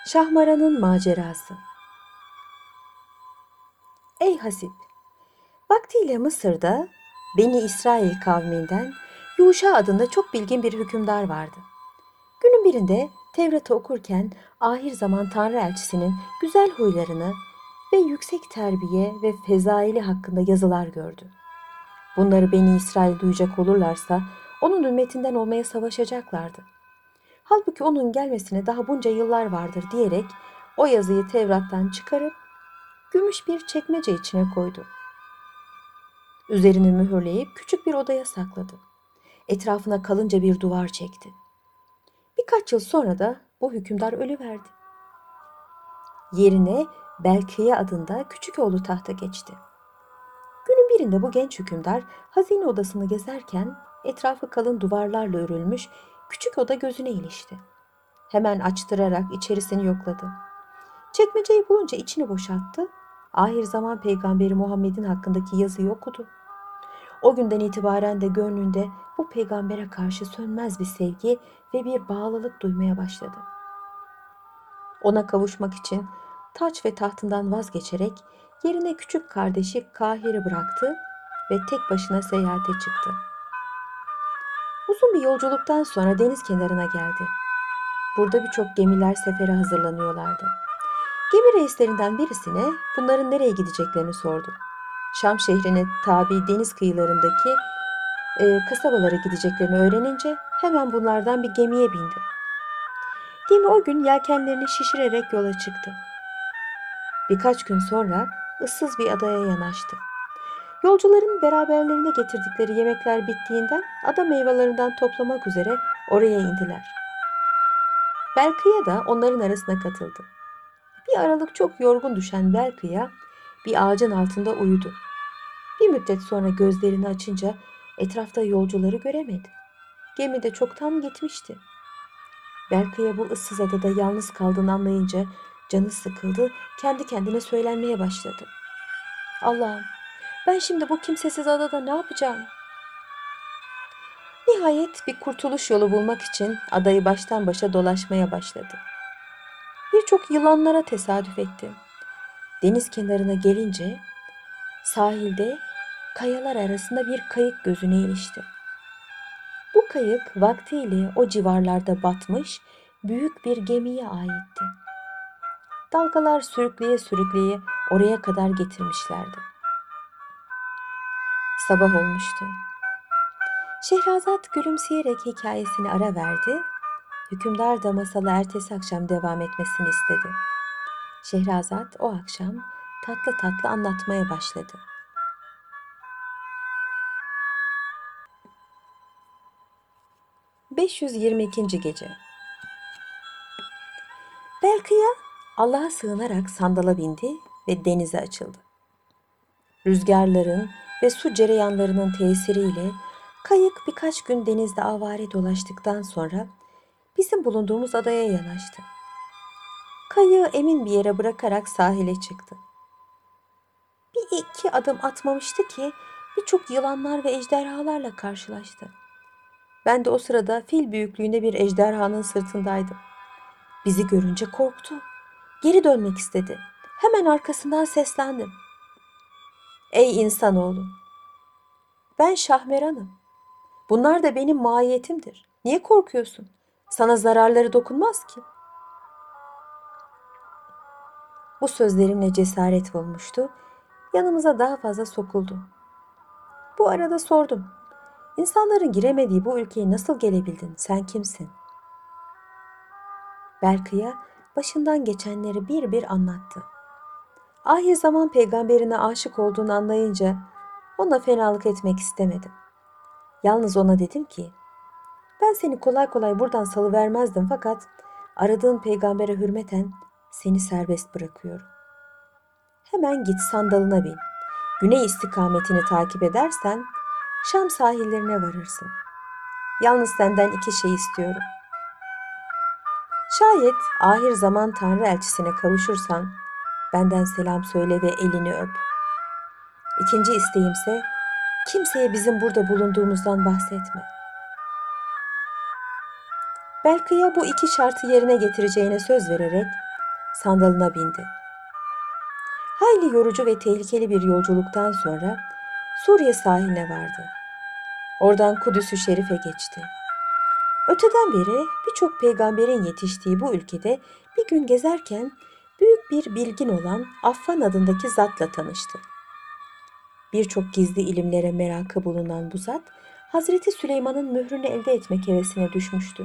Şahmaran'ın macerası. Ey Hasip! Vaktiyle Mısır'da Beni İsrail kavminden Yuşa adında çok bilgin bir hükümdar vardı. Günün birinde Tevrat'ı okurken ahir zaman Tanrı elçisinin güzel huylarını ve yüksek terbiye ve fezaili hakkında yazılar gördü. Bunları Beni İsrail duyacak olurlarsa onun ümmetinden olmaya savaşacaklardı. Halbuki onun gelmesine daha bunca yıllar vardır diyerek o yazıyı Tevrat'tan çıkarıp gümüş bir çekmece içine koydu. Üzerini mühürleyip küçük bir odaya sakladı. Etrafına kalınca bir duvar çekti. Birkaç yıl sonra da bu hükümdar ölüverdi. Yerine Belkiye adında küçük oğlu tahta geçti. Günün birinde bu genç hükümdar hazine odasını gezerken etrafı kalın duvarlarla örülmüş küçük oda gözüne ilişti. Hemen açtırarak içerisini yokladı. Çekmeceyi bulunca içini boşalttı. Ahir zaman peygamberi Muhammed'in hakkındaki yazıyı okudu. O günden itibaren de gönlünde bu peygambere karşı sönmez bir sevgi ve bir bağlılık duymaya başladı. Ona kavuşmak için taç ve tahtından vazgeçerek yerine küçük kardeşi Kahir'i bıraktı ve tek başına seyahate çıktı. Uzun bir yolculuktan sonra deniz kenarına geldi. Burada birçok gemiler sefere hazırlanıyorlardı. Gemi reislerinden birisine bunların nereye gideceklerini sordu. Şam şehrine tabi deniz kıyılarındaki kasabalara gideceklerini öğrenince hemen bunlardan bir gemiye bindi. Gemi o gün yelkenlerini şişirerek yola çıktı. Birkaç gün sonra ıssız bir adaya yanaştı. Yolcuların beraberlerine getirdikleri yemekler bittiğinden ada meyvelerinden toplamak üzere oraya indiler. Belkıya da onların arasına katıldı. Bir aralık çok yorgun düşen Belkıya bir ağacın altında uyudu. Bir müddet sonra gözlerini açınca etrafta yolcuları göremedi. Gemi de çoktan gitmişti. Belkıya bu ıssız adada yalnız kaldığını anlayınca canı sıkıldı, kendi kendine söylenmeye başladı. Allah'ım, ben şimdi bu kimsesiz adada ne yapacağım? Nihayet bir kurtuluş yolu bulmak için adayı baştan başa dolaşmaya başladı. Birçok yılanlara tesadüf etti. Deniz kenarına gelince sahilde kayalar arasında bir kayık gözüne ilişti. Bu kayık vaktiyle o civarlarda batmış büyük bir gemiye aitti. Dalgalar sürükleye sürükleye oraya kadar getirmişlerdi. Sabah olmuştu. Şehrazat gülümseyerek hikayesini ara verdi. Hükümdar da masala ertesi akşam devam etmesini istedi. Şehrazat o akşam tatlı tatlı anlatmaya başladı. 522. Gece. Belkıya Allah'a sığınarak sandala bindi ve denize açıldı. Rüzgarların ve su cereyanlarının tesiriyle kayık birkaç gün denizde avare dolaştıktan sonra bizim bulunduğumuz adaya yanaştı. Kayığı emin bir yere bırakarak sahile çıktı. Bir iki adım atmamıştı ki birçok yılanlar ve ejderhalarla karşılaştı. Ben de o sırada fil büyüklüğünde bir ejderhanın sırtındaydım. Bizi görünce korktu. Geri dönmek istedi. Hemen arkasından seslendim. Ey insanoğlu! Ben Şahmeran'ım. Bunlar da benim mahiyetimdir. Niye korkuyorsun? Sana zararları dokunmaz ki. Bu sözlerimle cesaret bulmuştu. Yanımıza daha fazla sokuldu. Bu arada sordum. İnsanların giremediği bu ülkeye nasıl gelebildin? Sen kimsin? Belkıya başından geçenleri bir bir anlattı. Ahir zaman peygamberine aşık olduğunu anlayınca ona fenalık etmek istemedim. Yalnız ona dedim ki, ben seni kolay kolay buradan salıvermezdim fakat aradığın peygambere hürmeten seni serbest bırakıyorum. Hemen git sandalına bin. Güney istikametini takip edersen Şam sahillerine varırsın. Yalnız senden iki şey istiyorum. Şayet ahir zaman Tanrı elçisine kavuşursan benden selam söyle ve elini öp. İkinci isteğimse kimseye bizim burada bulunduğumuzdan bahsetme. Belkıya bu iki şartı yerine getireceğine söz vererek Sandalına bindi. Hayli yorucu ve tehlikeli bir yolculuktan sonra Suriye sahiline vardı. Oradan Kudüs-ü Şerif'e geçti. Öteden beri birçok peygamberin yetiştiği bu ülkede bir gün gezerken büyük bir bilgin olan Affan adındaki zatla tanıştı. Birçok gizli ilimlere merakı bulunan bu zat, Hazreti Süleyman'ın mührünü elde etmek hevesine düşmüştü.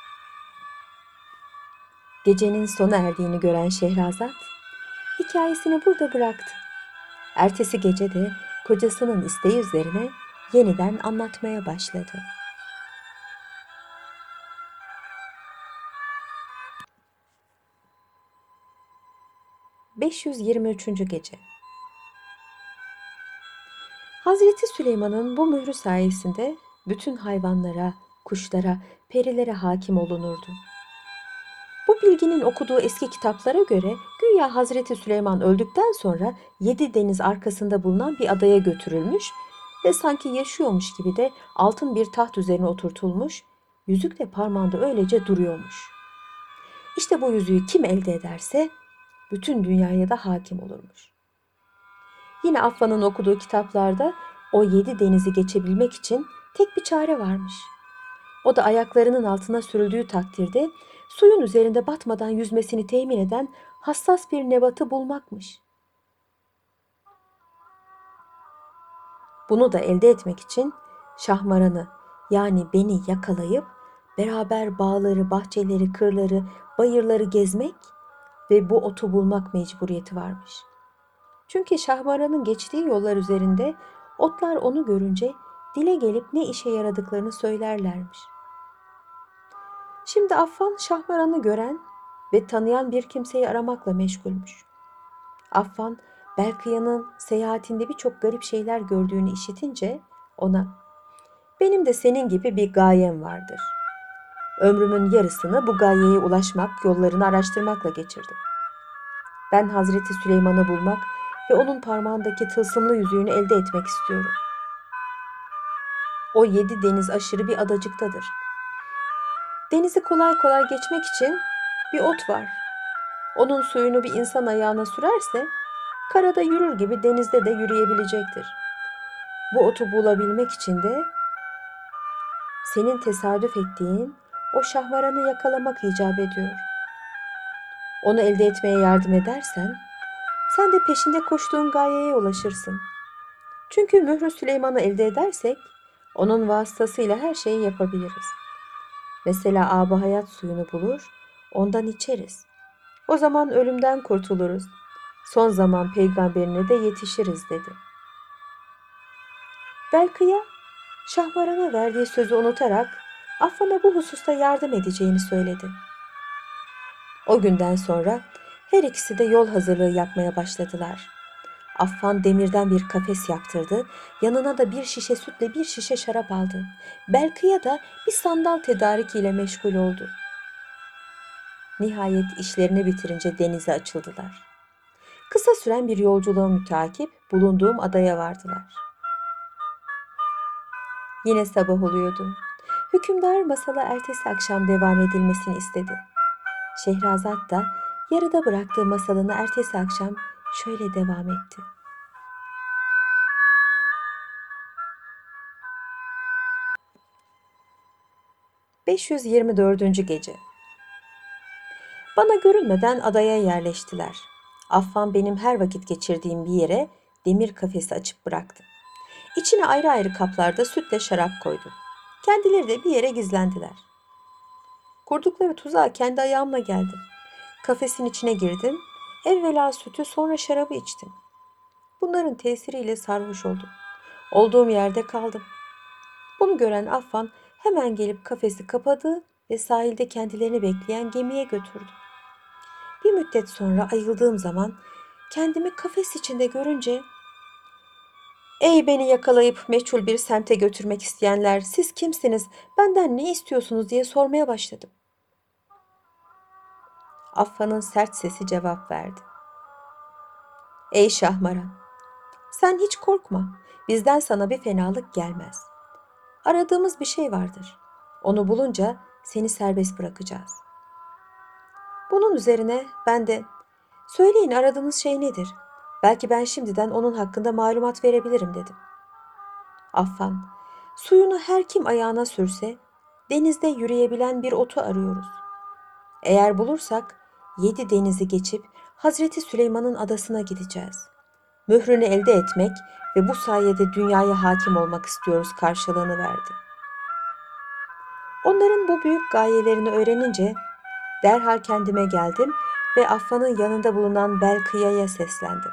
Gecenin sona erdiğini gören Şehrazat, hikayesini burada bıraktı. Ertesi gece de kocasının isteği üzerine yeniden anlatmaya başladı. 523. Gece. Hazreti Süleyman'ın bu mührü sayesinde bütün hayvanlara, kuşlara, perilere hakim olunurdu. Bu bilginin okuduğu eski kitaplara göre güya Hazreti Süleyman öldükten sonra 7 deniz arkasında bulunan bir adaya götürülmüş ve sanki yaşıyormuş gibi de altın bir taht üzerine oturtulmuş, yüzük de parmağında öylece duruyormuş. İşte bu yüzüğü kim elde ederse bütün dünyaya da hakim olurmuş. Yine Affan'ın okuduğu kitaplarda o 7 denizi geçebilmek için tek bir çare varmış. O da ayaklarının altına sürüldüğü takdirde suyun üzerinde batmadan yüzmesini temin eden hassas bir nebatı bulmakmış. Bunu da elde etmek için şahmaranı, yani beni yakalayıp beraber bağları, bahçeleri, kırları, bayırları gezmek ve bu otu bulmak mecburiyeti varmış. Çünkü şahmaranın geçtiği yollar üzerinde otlar onu görünce dile gelip ne işe yaradıklarını söylerlermiş. Şimdi Affan şahmaranı gören ve tanıyan bir kimseyi aramakla meşgulmüş. Affan, Belkıya'nın seyahatinde birçok garip şeyler gördüğünü işitince ona, "Benim de senin gibi bir gayem vardır. Ömrümün yarısını bu gayeye ulaşmak yollarını araştırmakla geçirdim. Ben Hazreti Süleyman'ı bulmak ve onun parmağındaki tılsımlı yüzüğünü elde etmek istiyorum. O 7 deniz aşırı bir adacıktadır. Denizi kolay kolay geçmek için bir ot var. Onun suyunu bir insan ayağına sürerse karada yürür gibi denizde de yürüyebilecektir. Bu otu bulabilmek için de senin tesadüf ettiğin o şahmaranı yakalamak icap ediyor. Onu elde etmeye yardım edersen sen de peşinde koştuğun gayeye ulaşırsın. Çünkü mührü Süleyman'ı elde edersek onun vasıtasıyla her şeyi yapabiliriz. Mesela âb-ı hayat suyunu bulur, ondan içeriz. O zaman ölümden kurtuluruz. Son zaman peygamberine de yetişiriz dedi. Belkıya, şahmarana verdiği sözü unutarak Affan'a bu hususta yardım edeceğini söyledi. O günden sonra her ikisi de yol hazırlığı yapmaya başladılar. Affan demirden bir kafes yaptırdı, yanına da bir şişe sütle bir şişe şarap aldı. Belkıya da bir sandal tedarikiyle meşgul oldu. Nihayet işlerini bitirince denize açıldılar. Kısa süren bir yolculuğa müteakip bulunduğum adaya vardılar. Yine sabah oluyordu. Hükümdar masala ertesi akşam devam edilmesini istedi. Şehrazat da yarıda bıraktığı masalını ertesi akşam şöyle devam etti. 524. Gece. Bana görünmeden adaya yerleştiler. Affan benim her vakit geçirdiğim bir yere demir kafesi açıp bıraktı. İçine ayrı ayrı kaplarda sütle şarap koydu. Kendileri de bir yere gizlendiler. Kurdukları tuzağa kendi ayağımla geldim. Kafesin içine girdim. Evvela sütü sonra şarabı içtim. Bunların tesiriyle sarhoş oldum. Olduğum yerde kaldım. Bunu gören Affan hemen gelip kafesi kapadı ve sahilde kendilerini bekleyen gemiye götürdü. Bir müddet sonra ayıldığım zaman kendimi kafes içinde görünce "Ey beni yakalayıp meçhul bir semte götürmek isteyenler, siz kimsiniz, benden ne istiyorsunuz?" diye sormaya başladım. Affan'ın sert sesi cevap verdi. "Ey Şahmaran, sen hiç korkma, bizden sana bir fenalık gelmez. Aradığımız bir şey vardır. Onu bulunca seni serbest bırakacağız." Bunun üzerine ben de söyleyin aradığınız şey nedir? Belki ben şimdiden onun hakkında malumat verebilirim dedim. Affan, suyunu her kim ayağına sürse denizde yürüyebilen bir otu arıyoruz. Eğer bulursak 7 denizi geçip Hazreti Süleyman'ın adasına gideceğiz. Mührünü elde etmek ve bu sayede dünyaya hakim olmak istiyoruz karşılığını verdi. Onların bu büyük gayelerini öğrenince derhal kendime geldim ve Affan'ın yanında bulunan Belkıya'ya seslendim.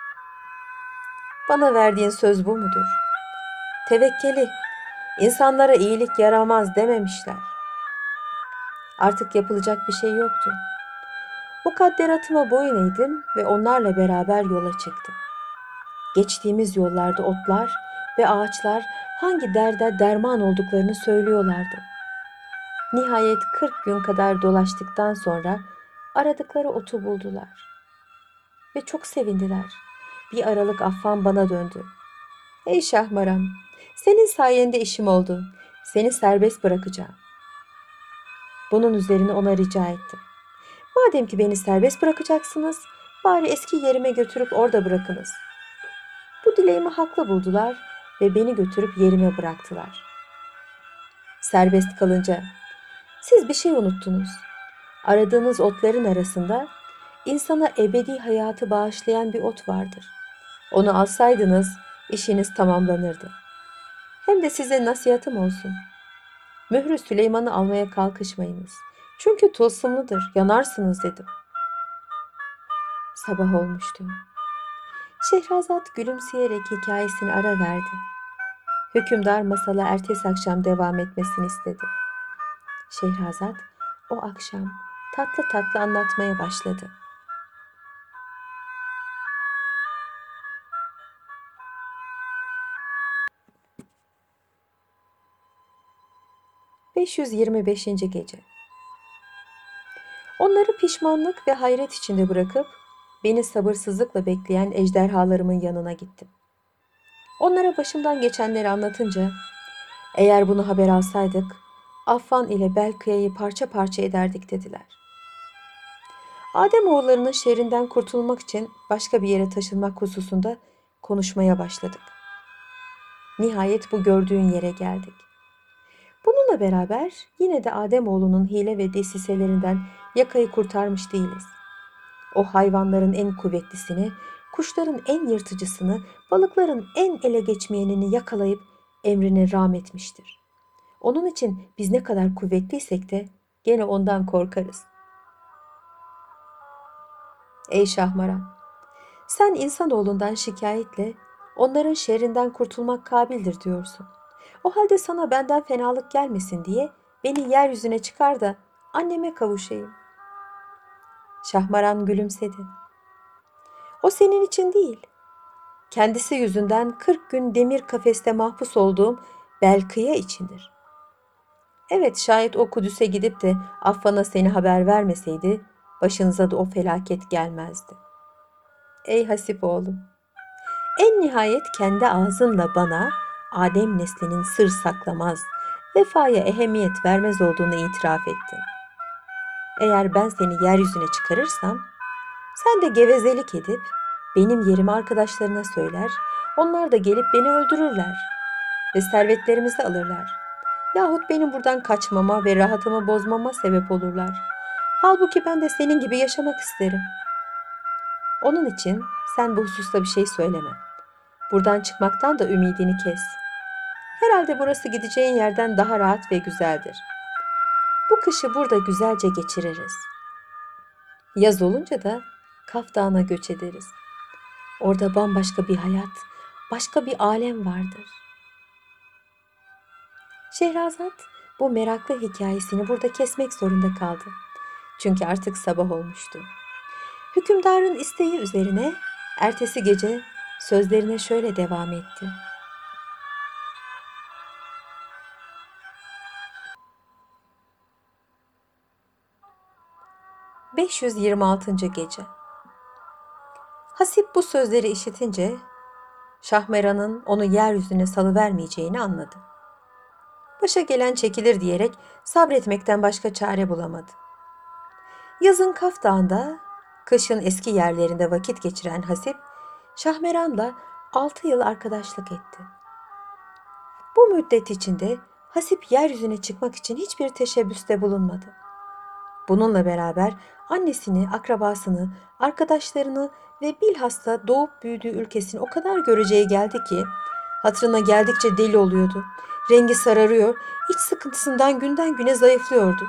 Bana verdiğin söz bu mudur? Tevekkeli, insanlara iyilik yaramaz dememişler. Artık yapılacak bir şey yoktu. Mukadderatıma boyun eğdim ve onlarla beraber yola çıktım. Geçtiğimiz yollarda otlar ve ağaçlar hangi derde derman olduklarını söylüyorlardı. Nihayet 40 gün kadar dolaştıktan sonra aradıkları otu buldular. Ve çok sevindiler. Bir aralık Affan bana döndü. Ey Şahmaran, senin sayende işim oldu. Seni serbest bırakacağım. Bunun üzerine ona rica ettim. Madem ki beni serbest bırakacaksınız, bari eski yerime götürüp orada bırakınız. Bu dileğimi haklı buldular ve beni götürüp yerime bıraktılar. Serbest kalınca, siz bir şey unuttunuz. Aradığınız otların arasında insana ebedi hayatı bağışlayan bir ot vardır. Onu alsaydınız işiniz tamamlanırdı. Hem de size nasihatım olsun. Mührü Süleyman'ı almaya kalkışmayınız. Çünkü tılsımlıdır, yanarsınız dedim. Sabah olmuştu. Şehrazat gülümseyerek hikayesini ara verdi. Hükümdar masala ertesi akşam devam etmesini istedi. Şehrazat o akşam tatlı tatlı anlatmaya başladı. ...525. Gece. Onları pişmanlık ve hayret içinde bırakıp beni sabırsızlıkla bekleyen ejderhalarımın yanına gittim. Onlara başımdan geçenleri anlatınca eğer bunu haber alsaydık Affan ile Belkıya'yı parça parça ederdik dediler. Ademoğullarının şerrinden kurtulmak için başka bir yere taşınmak hususunda konuşmaya başladık. Nihayet bu gördüğün yere geldik. Bununla beraber yine de Ademoğlunun hile ve desiselerinden yakayı kurtarmış değiliz. O hayvanların en kuvvetlisini, kuşların en yırtıcısını, balıkların en ele geçmeyenini yakalayıp emrine rağm etmiştir. Onun için biz ne kadar kuvvetliysek de gene ondan korkarız. Ey Şahmaran, sen insanoğlundan şikayetle onların şerrinden kurtulmak kabildir diyorsun. O halde sana benden fenalık gelmesin diye beni yeryüzüne çıkar da anneme kavuşayım. Şahmaran gülümsedi. O senin için değil. Kendisi yüzünden 40 gün demir kafeste mahpus olduğum Belkıya içindir. Evet, şayet o Kudüs'e gidip de Affan'a seni haber vermeseydi başınıza da o felaket gelmezdi. Ey Hasip oğlum, en nihayet kendi ağzınla bana Adem neslinin sır saklamaz, vefaya ehemmiyet vermez olduğunu itiraf ettin. Eğer ben seni yeryüzüne çıkarırsam, sen de gevezelik edip benim yerimi arkadaşlarına söyler, onlar da gelip beni öldürürler ve servetlerimizi alırlar. Yahut benim buradan kaçmama ve rahatımı bozmama sebep olurlar. Halbuki ben de senin gibi yaşamak isterim. Onun için sen bu hususta bir şey söyleme. Buradan çıkmaktan da ümidini kes. Herhalde burası gideceğin yerden daha rahat ve güzeldir. Bu kışı burada güzelce geçiririz. Yaz olunca da Kaf Dağı'na göç ederiz. Orada bambaşka bir hayat, başka bir alem vardır. Şehrazat bu meraklı hikayesini burada kesmek zorunda kaldı. Çünkü artık sabah olmuştu. Hükümdarın isteği üzerine ertesi gece sözlerine şöyle devam etti. 526. Gece. Hasip bu sözleri işitince Şahmeran'ın onu yeryüzüne salıvermeyeceğini anladı. Başa gelen çekilir diyerek sabretmekten başka çare bulamadı. Yazın Kaf Dağı'nda, kışın eski yerlerinde vakit geçiren Hasip, Şahmeran'la 6 yıl arkadaşlık etti. Bu müddet içinde Hasip yeryüzüne çıkmak için hiçbir teşebbüste bulunmadı. Bununla beraber annesini, akrabasını, arkadaşlarını ve bilhassa doğup büyüdüğü ülkesini o kadar göreceği geldi ki hatırına geldikçe deli oluyordu. Rengi sararıyor, iç sıkıntısından günden güne zayıflıyordu.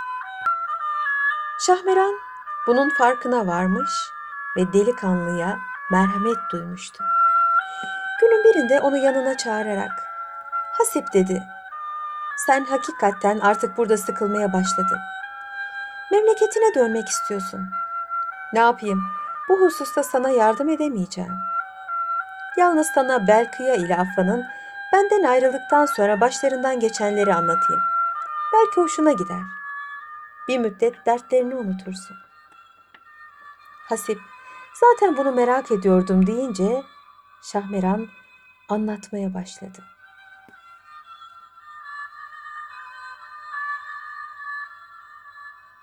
Şahmeran bunun farkına varmış ve delikanlıya merhamet duymuştu. Günün birinde onu yanına çağırarak "Hasip," dedi, "sen hakikaten artık burada sıkılmaya başladın. Memleketine dönmek istiyorsun. Ne yapayım? Bu hususta sana yardım edemeyeceğim. Yalnız sana Belkıya ile Afra'nın benden ayrıldıktan sonra başlarından geçenleri anlatayım. Belki hoşuna gider. Bir müddet dertlerini unutursun." Hasip, "Zaten bunu merak ediyordum," deyince Şahmeran anlatmaya başladı.